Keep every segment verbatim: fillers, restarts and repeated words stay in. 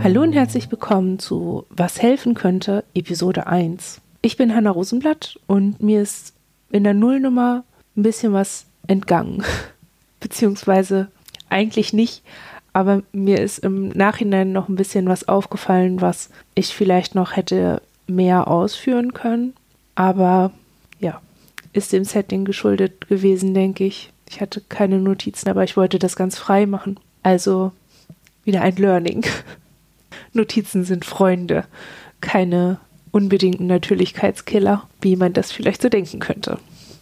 Hallo und herzlich willkommen zu Was helfen könnte, Episode eins. Ich bin Hanna Rosenblatt und mir ist in der Nullnummer ein bisschen was entgangen. Beziehungsweise eigentlich nicht, aber mir ist im Nachhinein noch ein bisschen was aufgefallen, was ich vielleicht noch hätte mehr ausführen können. Aber ja, ist dem Setting geschuldet gewesen, denke ich. Ich hatte keine Notizen, aber ich wollte das ganz frei machen. Also wieder ein Learning. Notizen sind Freunde, keine unbedingten Natürlichkeitskiller, wie man das vielleicht so denken könnte.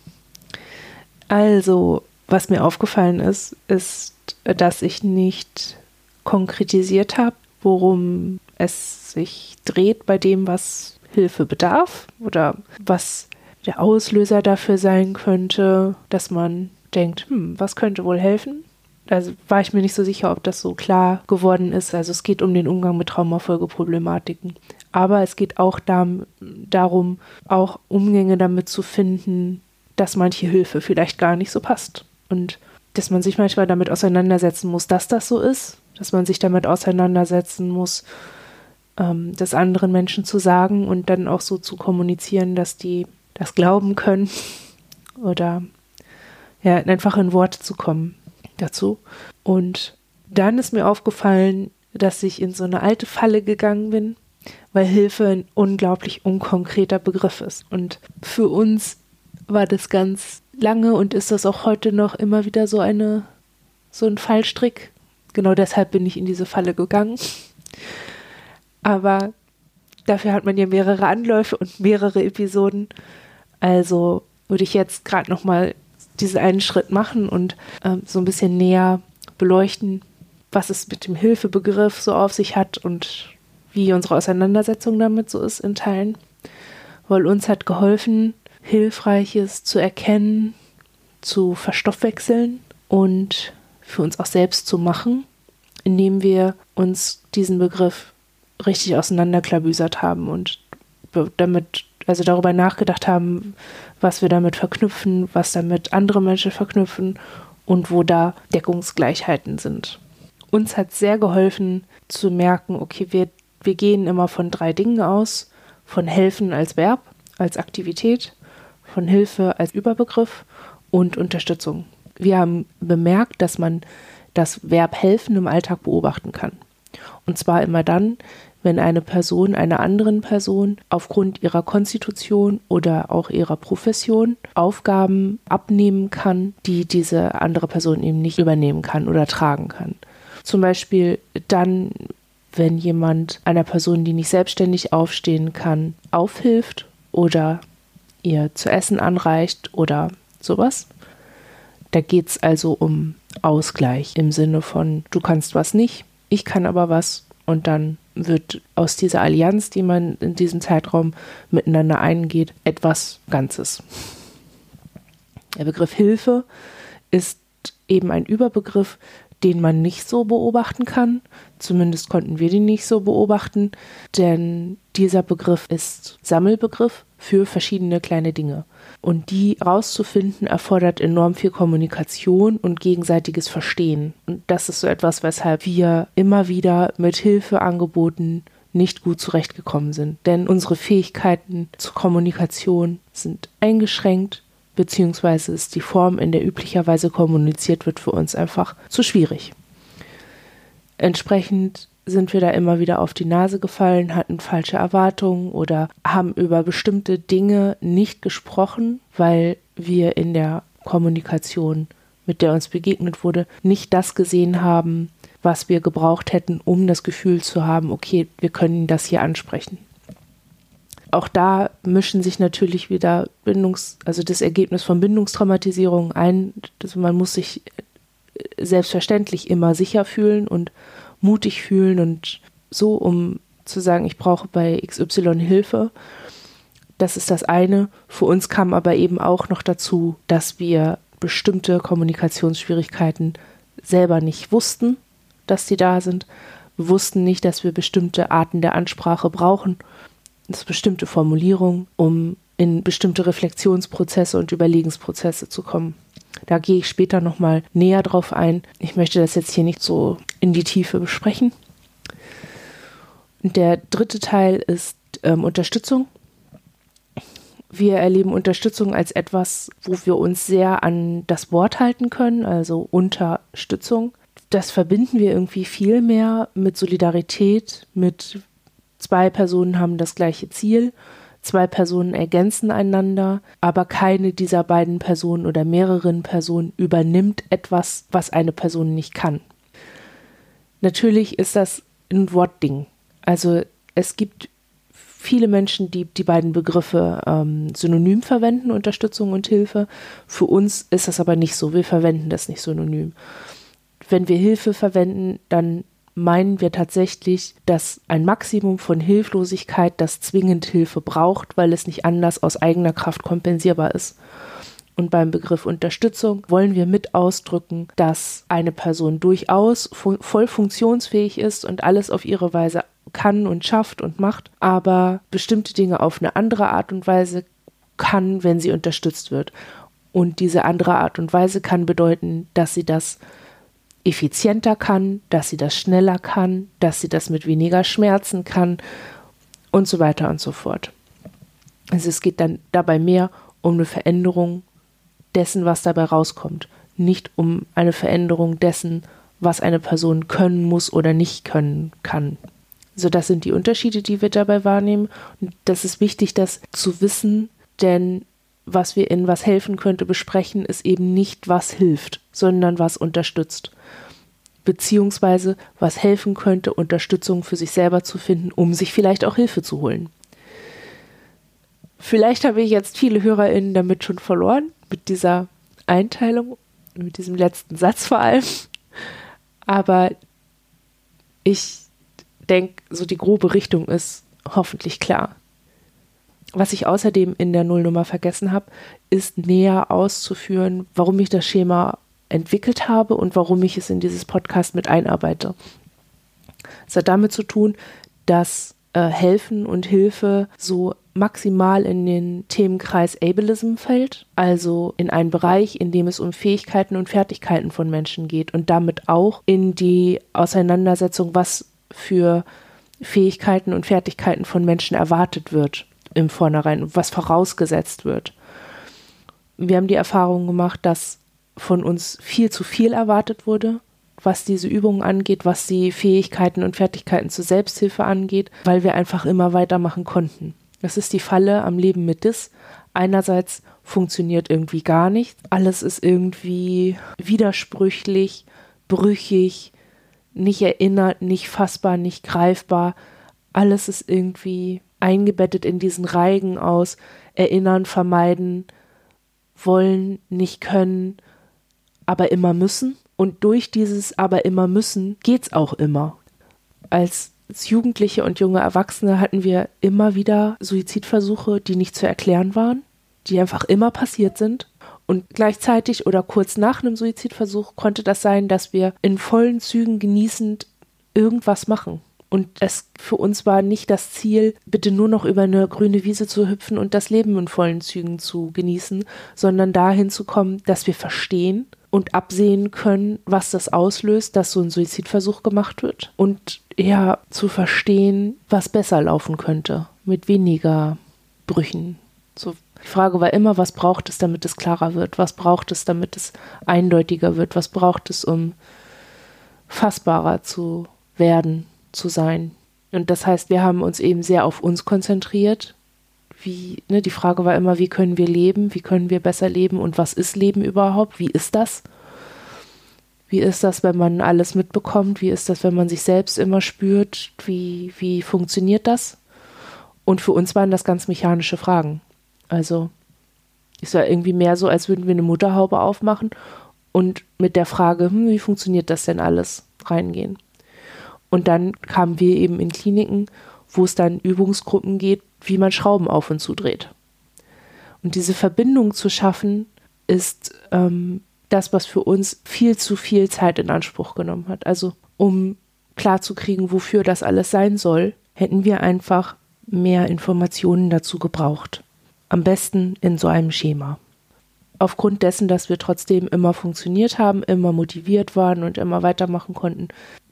Also, was mir aufgefallen ist, ist, dass ich nicht konkretisiert habe, worum es sich dreht bei dem, was Hilfe bedarf oder was der Auslöser dafür sein könnte, dass man denkt, hm, was könnte wohl helfen? Also war ich mir nicht so sicher, ob das so klar geworden ist. Also es geht um den Umgang mit Traumafolgeproblematiken. Aber es geht auch da, darum, auch Umgänge damit zu finden, dass manche Hilfe vielleicht gar nicht so passt. Und dass man sich manchmal damit auseinandersetzen muss, dass das so ist. Dass man sich damit auseinandersetzen muss, ähm, das anderen Menschen zu sagen und dann auch so zu kommunizieren, dass die das glauben können. Oder ja, einfach in Worte zu kommen dazu. Und dann ist mir aufgefallen, dass ich in so eine alte Falle gegangen bin, weil Hilfe ein unglaublich unkonkreter Begriff ist. Und für uns war das ganz lange und ist das auch heute noch immer wieder so eine, so ein Fallstrick. Genau deshalb bin ich in diese Falle gegangen. Aber dafür hat man ja mehrere Anläufe und mehrere Episoden. Also würde ich jetzt gerade nochmal diesen einen Schritt machen und ähm, so ein bisschen näher beleuchten, was es mit dem Hilfebegriff so auf sich hat und wie unsere Auseinandersetzung damit so ist in Teilen. Weil uns hat geholfen, Hilfreiches zu erkennen, zu verstoffwechseln und für uns auch selbst zu machen, indem wir uns diesen Begriff richtig auseinanderklabüsert haben und damit also darüber nachgedacht haben, was wir damit verknüpfen, was damit andere Menschen verknüpfen und wo da Deckungsgleichheiten sind. Uns hat sehr geholfen zu merken, okay, wir, wir gehen immer von drei Dingen aus, von helfen als Verb, als Aktivität, von Hilfe als Überbegriff und Unterstützung. Wir haben bemerkt, dass man das Verb helfen im Alltag beobachten kann. Und zwar immer dann, wenn eine Person einer anderen Person aufgrund ihrer Konstitution oder auch ihrer Profession Aufgaben abnehmen kann, die diese andere Person eben nicht übernehmen kann oder tragen kann. Zum Beispiel dann, wenn jemand einer Person, die nicht selbstständig aufstehen kann, aufhilft oder ihr zu essen anreicht oder sowas. Da geht es also um Ausgleich im Sinne von, du kannst was nicht, ich kann aber was. Und dann wird aus dieser Allianz, die man in diesem Zeitraum miteinander eingeht, etwas Ganzes. Der Begriff Hilfe ist eben ein Überbegriff, den man nicht so beobachten kann. Zumindest konnten wir den nicht so beobachten, denn dieser Begriff ist Sammelbegriff für verschiedene kleine Dinge. Und die rauszufinden, erfordert enorm viel Kommunikation und gegenseitiges Verstehen. Und das ist so etwas, weshalb wir immer wieder mit Hilfeangeboten nicht gut zurechtgekommen sind. Denn unsere Fähigkeiten zur Kommunikation sind eingeschränkt, beziehungsweise ist die Form, in der üblicherweise kommuniziert wird, für uns einfach zu schwierig. Entsprechend sind wir da immer wieder auf die Nase gefallen, hatten falsche Erwartungen oder haben über bestimmte Dinge nicht gesprochen, weil wir in der Kommunikation, mit der uns begegnet wurde, nicht das gesehen haben, was wir gebraucht hätten, um das Gefühl zu haben, okay, wir können das hier ansprechen. Auch da mischen sich natürlich wieder Bindungs-, also das Ergebnis von Bindungstraumatisierung ein. Also man muss sich selbstverständlich immer sicher fühlen und mutig fühlen und so, um zu sagen, ich brauche bei X Y Hilfe. Das ist das eine. Für uns kam aber eben auch noch dazu, dass wir bestimmte Kommunikationsschwierigkeiten selber nicht wussten, dass die da sind. Wir wussten nicht, dass wir bestimmte Arten der Ansprache brauchen, das bestimmte Formulierungen, um in bestimmte Reflexionsprozesse und Überlegensprozesse zu kommen. Da gehe ich später nochmal näher drauf ein. Ich möchte das jetzt hier nicht so in die Tiefe besprechen. Und der dritte Teil ist ähm, Unterstützung. Wir erleben Unterstützung als etwas, wo wir uns sehr an das Wort halten können, also Unterstützung. Das verbinden wir irgendwie viel mehr mit Solidarität, mit zwei Personen haben das gleiche Ziel, zwei Personen ergänzen einander, aber keine dieser beiden Personen oder mehreren Personen übernimmt etwas, was eine Person nicht kann. Natürlich ist das ein Wortding. Also es gibt viele Menschen, die die beiden Begriffe ähm, synonym verwenden, Unterstützung und Hilfe. Für uns ist das aber nicht so. Wir verwenden das nicht synonym. Wenn wir Hilfe verwenden, dann meinen wir tatsächlich, dass ein Maximum von Hilflosigkeit, das zwingend Hilfe braucht, weil es nicht anders aus eigener Kraft kompensierbar ist. Und beim Begriff Unterstützung wollen wir mit ausdrücken, dass eine Person durchaus fu- voll funktionsfähig ist und alles auf ihre Weise kann und schafft und macht, aber bestimmte Dinge auf eine andere Art und Weise kann, wenn sie unterstützt wird. Und diese andere Art und Weise kann bedeuten, dass sie das effizienter kann, dass sie das schneller kann, dass sie das mit weniger Schmerzen kann und so weiter und so fort. Also es geht dann dabei mehr um eine Veränderung dessen, was dabei rauskommt, nicht um eine Veränderung dessen, was eine Person können muss oder nicht können kann. Also das sind die Unterschiede, die wir dabei wahrnehmen. Und das ist wichtig, das zu wissen, denn was wir in was helfen könnte besprechen, ist eben nicht, was hilft, sondern was unterstützt. Beziehungsweise, was helfen könnte, Unterstützung für sich selber zu finden, um sich vielleicht auch Hilfe zu holen. Vielleicht habe ich jetzt viele HörerInnen damit schon verloren, mit dieser Einteilung, mit diesem letzten Satz vor allem. Aber ich denke, so die grobe Richtung ist hoffentlich klar. Was ich außerdem in der Nullnummer vergessen habe, ist näher auszuführen, warum ich das Schema entwickelt habe und warum ich es in dieses Podcast mit einarbeite. Es hat damit zu tun, dass äh, Helfen und Hilfe so maximal in den Themenkreis Ableism fällt, also in einen Bereich, in dem es um Fähigkeiten und Fertigkeiten von Menschen geht und damit auch in die Auseinandersetzung, was für Fähigkeiten und Fertigkeiten von Menschen erwartet wird im Vornherein, was vorausgesetzt wird. Wir haben die Erfahrung gemacht, dass von uns viel zu viel erwartet wurde, was diese Übungen angeht, was die Fähigkeiten und Fertigkeiten zur Selbsthilfe angeht, weil wir einfach immer weitermachen konnten. Das ist die Falle am Leben mit Dis. Einerseits funktioniert irgendwie gar nichts, alles ist irgendwie widersprüchlich, brüchig, nicht erinnert, nicht fassbar, nicht greifbar. Alles ist irgendwie eingebettet in diesen Reigen aus erinnern, vermeiden, wollen, nicht können, aber immer müssen. Und durch dieses aber immer müssen geht's auch immer. Als Jugendliche und junge Erwachsene hatten wir immer wieder Suizidversuche, die nicht zu erklären waren, die einfach immer passiert sind. Und gleichzeitig oder kurz nach einem Suizidversuch konnte das sein, dass wir in vollen Zügen genießend irgendwas machen. Und es für uns war nicht das Ziel, bitte nur noch über eine grüne Wiese zu hüpfen und das Leben in vollen Zügen zu genießen, sondern dahin zu kommen, dass wir verstehen und absehen können, was das auslöst, dass so ein Suizidversuch gemacht wird. Und ja, zu verstehen, was besser laufen könnte, mit weniger Brüchen. So, die Frage war immer, was braucht es, damit es klarer wird? Was braucht es, damit es eindeutiger wird? Was braucht es, um fassbarer zu werden, zu sein? Und das heißt, wir haben uns eben sehr auf uns konzentriert. Wie, ne, die Frage war immer, wie können wir leben? Wie können wir besser leben? Und was ist Leben überhaupt? Wie ist das? Wie ist das, wenn man alles mitbekommt? Wie ist das, wenn man sich selbst immer spürt? Wie, wie funktioniert das? Und für uns waren das ganz mechanische Fragen. Also es war irgendwie mehr so, als würden wir eine Mutterhaube aufmachen und mit der Frage, hm, wie funktioniert das denn alles, reingehen. Und dann kamen wir eben in Kliniken, wo es dann Übungsgruppen geht, wie man Schrauben auf und zudreht. Und diese Verbindung zu schaffen, ist ähm, das, was für uns viel zu viel Zeit in Anspruch genommen hat. Also um klarzukriegen, wofür das alles sein soll, hätten wir einfach mehr Informationen dazu gebraucht. Am besten in so einem Schema. Aufgrund dessen, dass wir trotzdem immer funktioniert haben, immer motiviert waren und immer weitermachen konnten,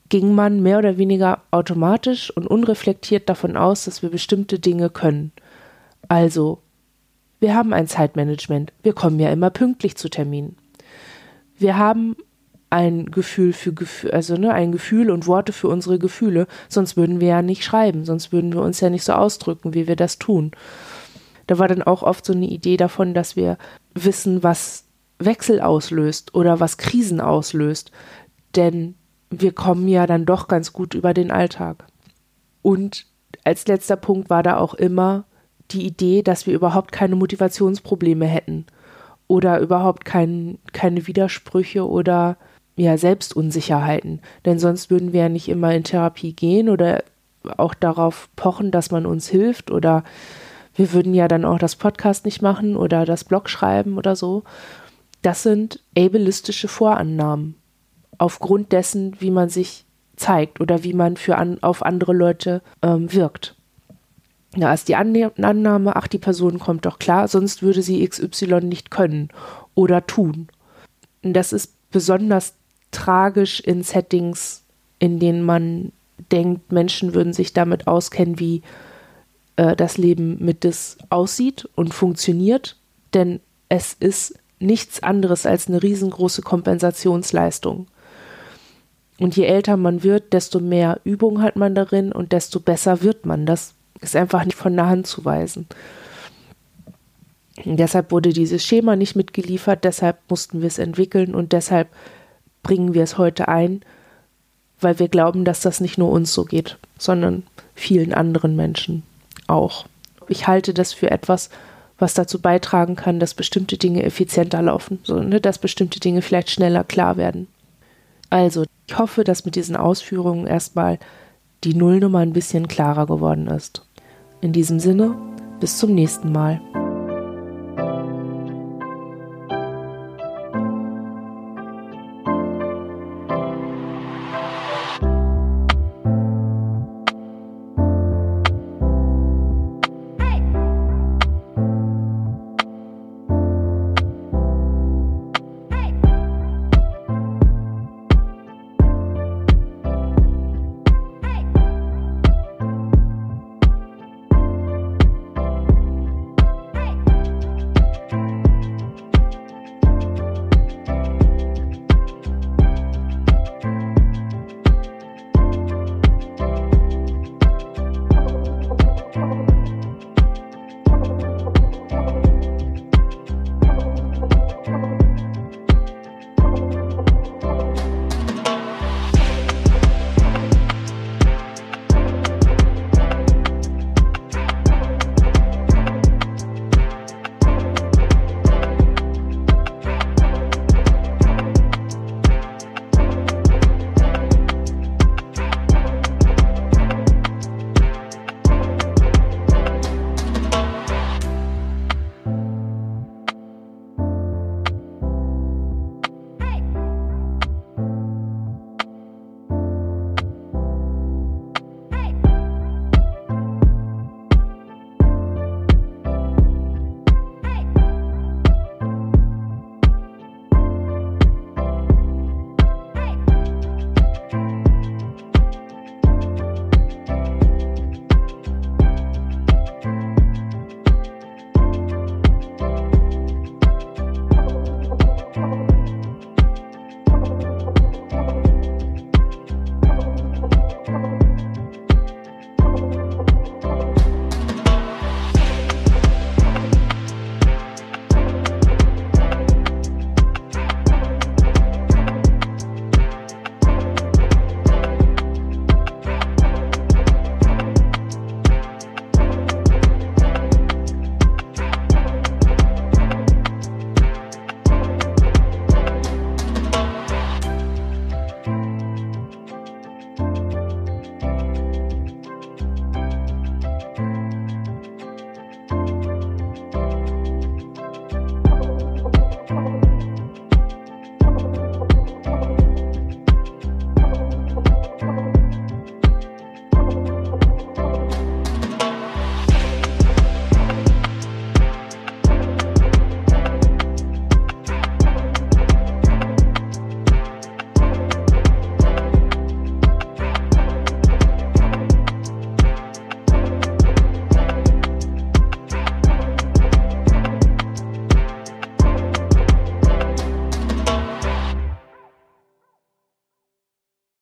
ging man mehr oder weniger automatisch und unreflektiert davon aus, dass wir bestimmte Dinge können. Also, wir haben ein Zeitmanagement, wir kommen ja immer pünktlich zu Terminen. Wir haben ein Gefühl für Gefühl, also ne, ein Gefühl und Worte für unsere Gefühle, sonst würden wir ja nicht schreiben, sonst würden wir uns ja nicht so ausdrücken, wie wir das tun. Da war dann auch oft so eine Idee davon, dass wir wissen, was Wechsel auslöst oder was Krisen auslöst, denn wir kommen ja dann doch ganz gut über den Alltag. Und als letzter Punkt war da auch immer die Idee, dass wir überhaupt keine Motivationsprobleme hätten oder überhaupt kein, keine Widersprüche oder ja, Selbstunsicherheiten. Denn sonst würden wir ja nicht immer in Therapie gehen oder auch darauf pochen, dass man uns hilft, oder wir würden ja dann auch das Podcast nicht machen oder das Blog schreiben oder so. Das sind ableistische Vorannahmen aufgrund dessen, wie man sich zeigt oder wie man für an, auf andere Leute ähm, wirkt. Da ist die Annahme, ach, die Person kommt doch klar, sonst würde sie X Y nicht können oder tun. Und das ist besonders tragisch in Settings, in denen man denkt, Menschen würden sich damit auskennen, wie äh, das Leben mit Dis aussieht und funktioniert, denn es ist nichts anderes als eine riesengroße Kompensationsleistung. Und je älter man wird, desto mehr Übung hat man darin und desto besser wird man. Das ist einfach nicht von der Hand zu weisen. Und deshalb wurde dieses Schema nicht mitgeliefert, deshalb mussten wir es entwickeln und deshalb bringen wir es heute ein, weil wir glauben, dass das nicht nur uns so geht, sondern vielen anderen Menschen auch. Ich halte das für etwas, was dazu beitragen kann, dass bestimmte Dinge effizienter laufen, so, ne, dass bestimmte Dinge vielleicht schneller klar werden. Also, ich hoffe, dass mit diesen Ausführungen erstmal die Nullnummer ein bisschen klarer geworden ist. In diesem Sinne, bis zum nächsten Mal.